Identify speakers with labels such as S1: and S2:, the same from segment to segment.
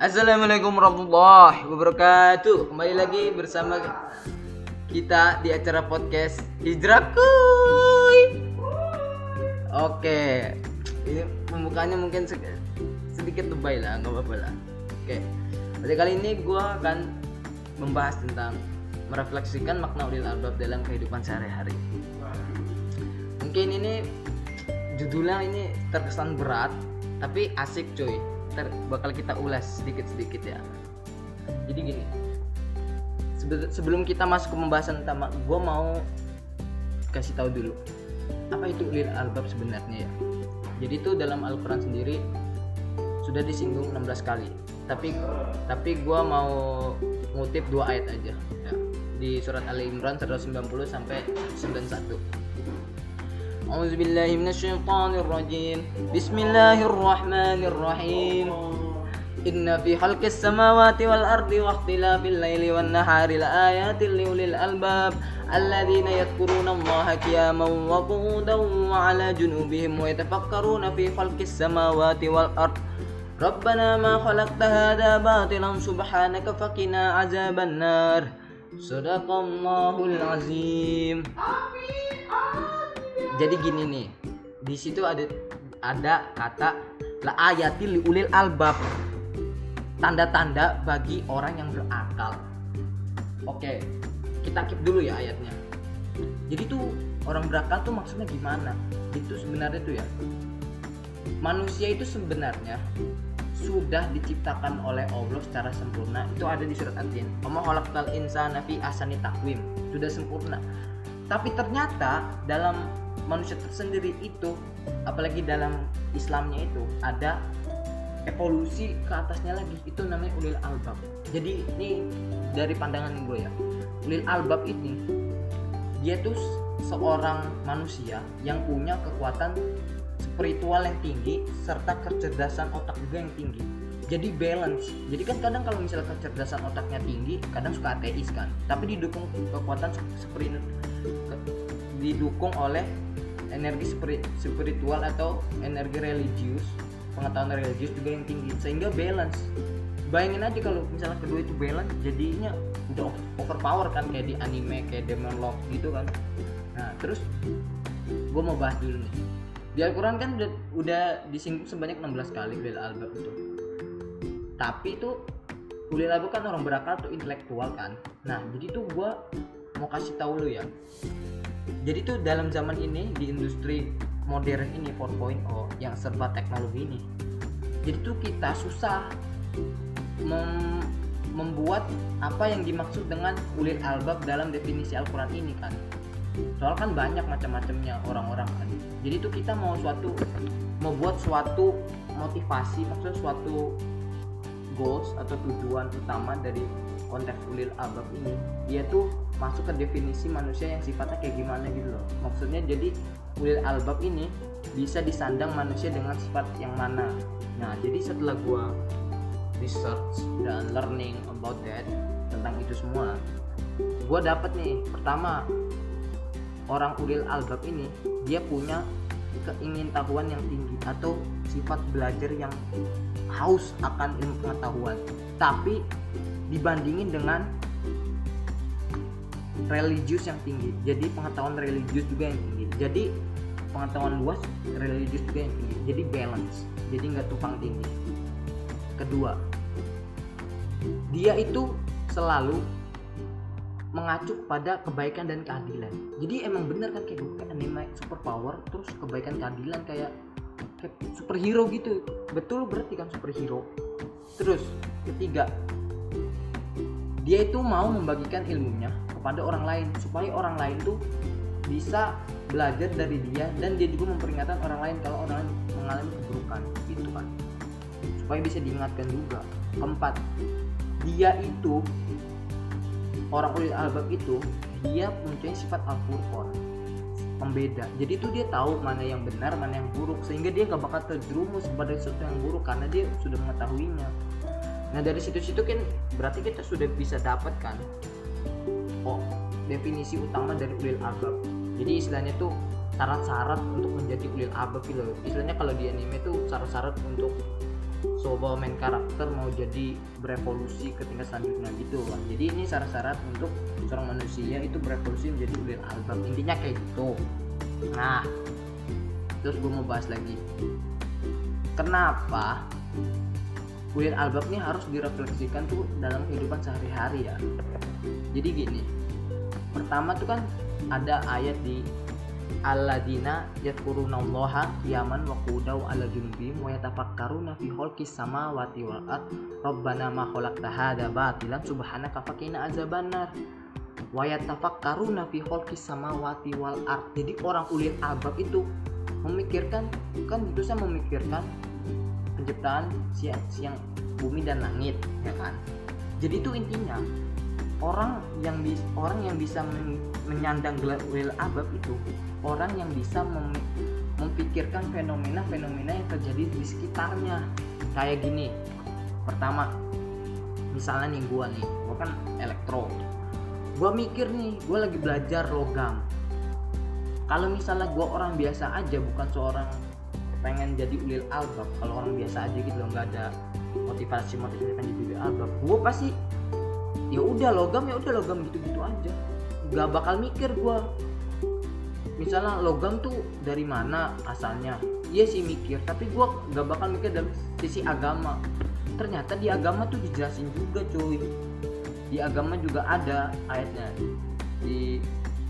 S1: Assalamualaikum warahmatullahi wabarakatuh. Kembali lagi bersama kita di acara podcast Hijrah Kuy. Oke, ini pembukaannya mungkin sedikit lebay lah, nggak apa-apa lah. Oke, pada kali ini gue akan membahas tentang merefleksikan makna ulil albab dalam kehidupan sehari-hari. Mungkin ini judulnya ini terkesan berat, tapi asik coy. Bakal kita ulas sedikit-sedikit ya. Jadi gini, sebelum kita masuk ke pembahasan utama, gue mau kasih tahu dulu apa itu ulil albab sebenarnya ya. Jadi itu dalam Al-Quran sendiri sudah disinggung 16 kali. Tapi gue mau ngutip 2 ayat aja ya. Di surat Ali Imran 190 sampai 91. A'udzubillahi minasyaitonirrajim. Bismillahirrahmanirrahim. Inna fi khalqis samawati wal ardi wa ikhtilafil laili wan nahari laayatin liulil albab alladzina yadhkurunallaha qiyaman wa qu'udan wa 'ala junubihim wa yatafakkaruna fi khalqis samawati wal ardi Rabbana ma khalaqta hadza batilan subhanaka faqina 'adzaban nar. Shadaqallahul azim. Jadi gini nih, di situ ada kata la ayatil liulil albab, tanda-tanda bagi orang yang berakal. Oke, kita keep dulu ya ayatnya. Jadi tuh orang berakal tuh maksudnya gimana? Itu sebenarnya tuh ya, manusia itu sebenarnya sudah diciptakan oleh Allah secara sempurna. Itu ada di surat Ad-Din. Wa khalaqal insana fi ahsani taqwim. Sudah sempurna. Tapi ternyata dalam manusia tersendiri itu, apalagi dalam Islamnya itu ada evolusi ke atasnya lagi, itu namanya ulil albab. Jadi ini dari pandangan gue ya, ulil albab ini dia tuh seorang manusia yang punya kekuatan spiritual yang tinggi serta kecerdasan otak juga yang tinggi. Jadi balance. Jadi kan kadang kalau misalnya kecerdasan otaknya tinggi, kadang suka ateis kan, tapi didukung kekuatan didukung oleh energi spiritual atau energi religius, pengetahuan religius juga yang tinggi, sehingga balance. Bayangin aja kalau misalnya kedua itu balance, jadinya udah overpower kan, kayak di anime, kayak Demon Lord gitu kan. Nah terus gue mau bahas dulu nih, di Al-Quran kan udah disinggung sebanyak 16 kali ulil albab itu. Tapi tuh ulil albab kan orang berakal tuh intelektual kan. Nah jadi tuh gue mau kasih tahu lu ya, jadi tuh dalam zaman ini, di industri modern ini 4.0 yang serba teknologi ini, jadi tuh kita susah membuat apa yang dimaksud dengan ulil albab dalam definisi Al-Quran ini kan. Soal kan banyak macam-macamnya orang-orang kan. Jadi tuh kita mau buat suatu motivasi, maksudnya suatu goals atau tujuan utama dari konteks ulil albab ini, dia tuh masuk ke definisi manusia yang sifatnya kayak gimana gitu loh. Maksudnya jadi ulil albab ini bisa disandang manusia dengan sifat yang mana. Nah jadi setelah gua research dan learning about that, tentang itu semua, gua dapet nih, pertama, orang ulil albab ini dia punya keingintahuan yang tinggi atau sifat belajar yang haus akan ilmu pengetahuan, tapi dibandingin dengan religius yang tinggi. Jadi pengetahuan religius juga yang tinggi. Jadi pengetahuan luas, religius juga yang tinggi. Jadi balance. Jadi nggak tumpang tinggi. Kedua, dia itu selalu mengacu pada kebaikan dan keadilan. Jadi emang bener kan kayak anime superpower, terus kebaikan keadilan kayak superhero gitu. Betul berarti kan superhero. Terus ketiga, dia itu mau membagikan ilmunya kepada orang lain supaya orang lain tuh bisa belajar dari dia, dan dia juga memperingatkan orang lain kalau orang lain mengalami keburukan gitu kan, supaya bisa diingatkan juga. Keempat, dia itu orang ulil albab itu dia mempunyai sifat al-furqan, pembeda. Jadi itu dia tahu mana yang benar, mana yang buruk, sehingga dia gak bakal terjerumus pada sesuatu yang buruk karena dia sudah mengetahuinya. Nah dari situ-situ kan berarti kita sudah bisa dapat kan definisi utama dari ulil albab. Jadi istilahnya tuh syarat-syarat untuk menjadi ulil albab gitu. Istilahnya kalau di anime tuh syarat-syarat untuk main karakter mau jadi berevolusi ke tingkat selanjutnya gitu kan. Jadi ini syarat-syarat untuk seorang manusia itu berevolusi menjadi ulil albab, intinya kayak gitu. Nah terus gue mau bahas lagi kenapa ulil albab ini harus direfleksikan tuh dalam kehidupan sehari-hari ya. Jadi gini, pertama tuh kan ada ayat di alladzina yadhkurunallaha qiyaman wa qu'udan 'ala junubihim wa yatafakkaruna fi khalqis samawati wal ard rabbana ma khalaqta hadza batilan subhanaka faqina azabannar wa yatafakkaruna fi khalqis samawati wal ard. Jadi orang ulil albab itu memikirkan, kan itu saya memikirkan penciptaan siang bumi dan langit ya kan. Jadi itu intinya orang yang bisa menyandang gelar ulil albab itu orang yang bisa memikirkan fenomena-fenomena yang terjadi di sekitarnya. Kayak gini, pertama misalnya nih gua kan elektro, gua mikir nih, gua lagi belajar logam. Kalau misalnya gua orang biasa aja, bukan seorang pengen jadi ulil albab, kalau orang biasa aja gitu loh, nggak ada motivasi pengen jadi ulil albab, gua pasti ya udah logam gitu aja, nggak bakal mikir gua misalnya logam tuh dari mana asalnya. Iya sih mikir, tapi gue gak bakal mikir dari sisi agama. Ternyata di agama tuh dijelasin juga cuy, di agama juga ada ayatnya di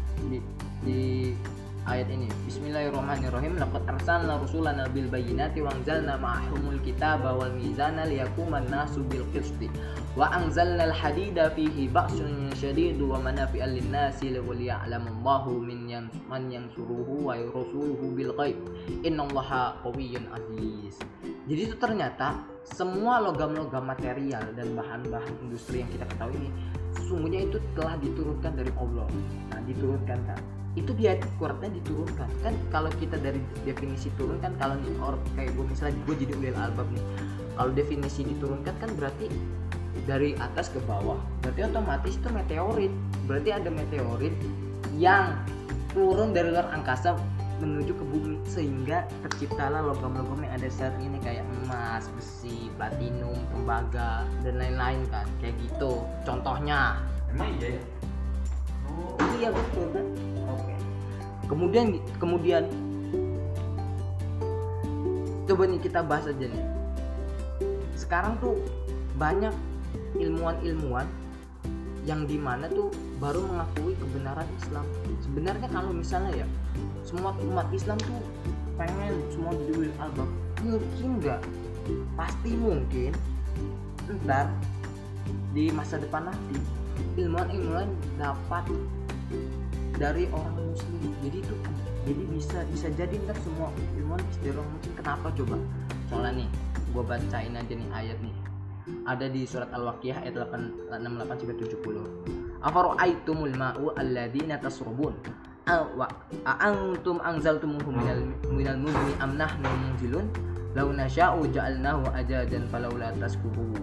S1: ayat ini. Bismillahirrahmanirrahim. Laqad arsalna rusulana bil bayyinati wa anzalna ma'ahumul kitaba wal mizana liyaquman nasu bil qisti wa anzalna al hadida fihi ba'sun syadid wa manafi'al lin-nasi wa liya'lamallahu man yansuruhu wa rasuluhu bil ghaib innallaha qawiyyun aziz. Jadi itu ternyata semua logam-logam material dan bahan-bahan industri yang kita ketahui ini sesungguhnya itu telah diturunkan dari Allah. Nah, diturunkan kan, itu di ayat Qurannya diturunkan kan. Kalau kita dari definisi turun kan, kalau nih kayak gue misalnya gue jadi ulil albab nih, kalau definisi diturunkan kan berarti dari atas ke bawah, berarti otomatis itu meteorit. Berarti ada meteorit yang turun dari luar angkasa menuju ke bumi sehingga terciptalah logam-logam yang ada saat ini kayak emas, besi, platinum, tembaga dan lain-lain kan, kayak gitu contohnya.
S2: Emang iya ya?
S1: Oh iya betul kan. Oke. Kemudian coba nih kita bahas aja nih. Sekarang tuh banyak ilmuwan-ilmuwan yang dimana tuh baru mengakui kebenaran Islam. Sebenarnya kalau misalnya ya semua umat Islam tuh pengen semua jadi ulil albab, mungkin nggak, pasti mungkin ntar di masa depan nanti ilmuwan dapat dari orang muslim. Jadi bisa jadi ntar semua ilmuwan dari orang muslim. Kenapa coba? Soalnya nih gue bacain aja nih ayat nih, ada di surat Al-Waqiah ayat 68-70. Afara'aitumul ma'u alladhina tasrubun a'antum anzaltumuhu minal muzni am nahnu munzilun law nasya'u ja'alnahu ajajan falaula tashkurun.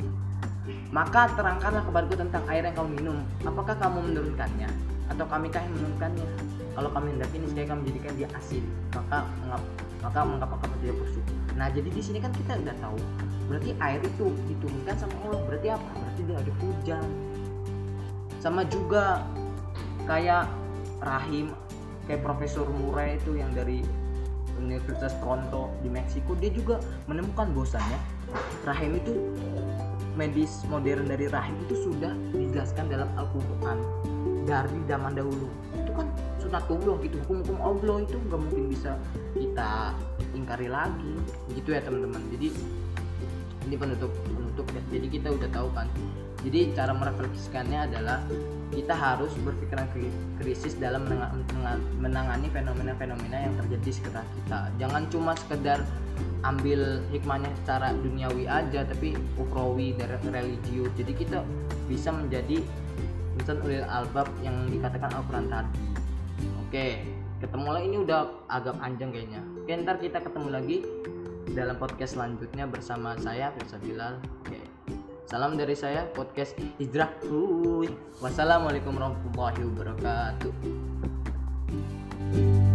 S1: Maka terangkanlah kepadaku tentang air yang kamu minum, apakah kamu menurunkannya atau kamikah yang menurunkannya? Kalau kami hendaki niscaya kami menjadikan dia asin, maka mengapa kamu tidak bersyukur? Nah, jadi di sini kan kita udah tahu, berarti air itu diturunkan sama Allah. Berarti apa? Berarti dia ada hujan. Sama juga kayak rahim, kayak Profesor Murray itu yang dari Universitas Toronto di Meksiko, dia juga menemukan bahwasannya rahim itu, medis modern dari rahim itu sudah dijelaskan dalam Al-Quran dari zaman dahulu. Itu kan sunatullah gitu, hukum-hukum Allah itu nggak mungkin bisa kita ingkari lagi gitu ya teman-teman. Jadi ini penutup ya. Jadi kita udah tahu kan, jadi cara merefleksikannya adalah kita harus berpikiran kritis dalam menangani fenomena-fenomena yang terjadi di sekitar kita. Jangan cuma sekedar ambil hikmahnya secara duniawi aja, tapi ukhrawi dari religius. Jadi kita bisa menjadi insan ulil albab yang dikatakan Al-Quran tadi. Oke, ketemu lagi, ini udah agak panjang kayaknya. Oke, ntar kita ketemu lagi dalam podcast selanjutnya bersama saya Firsa Bilal. Oke, salam dari saya, podcast Hijrah. Wassalamualaikum warahmatullahi wabarakatuh.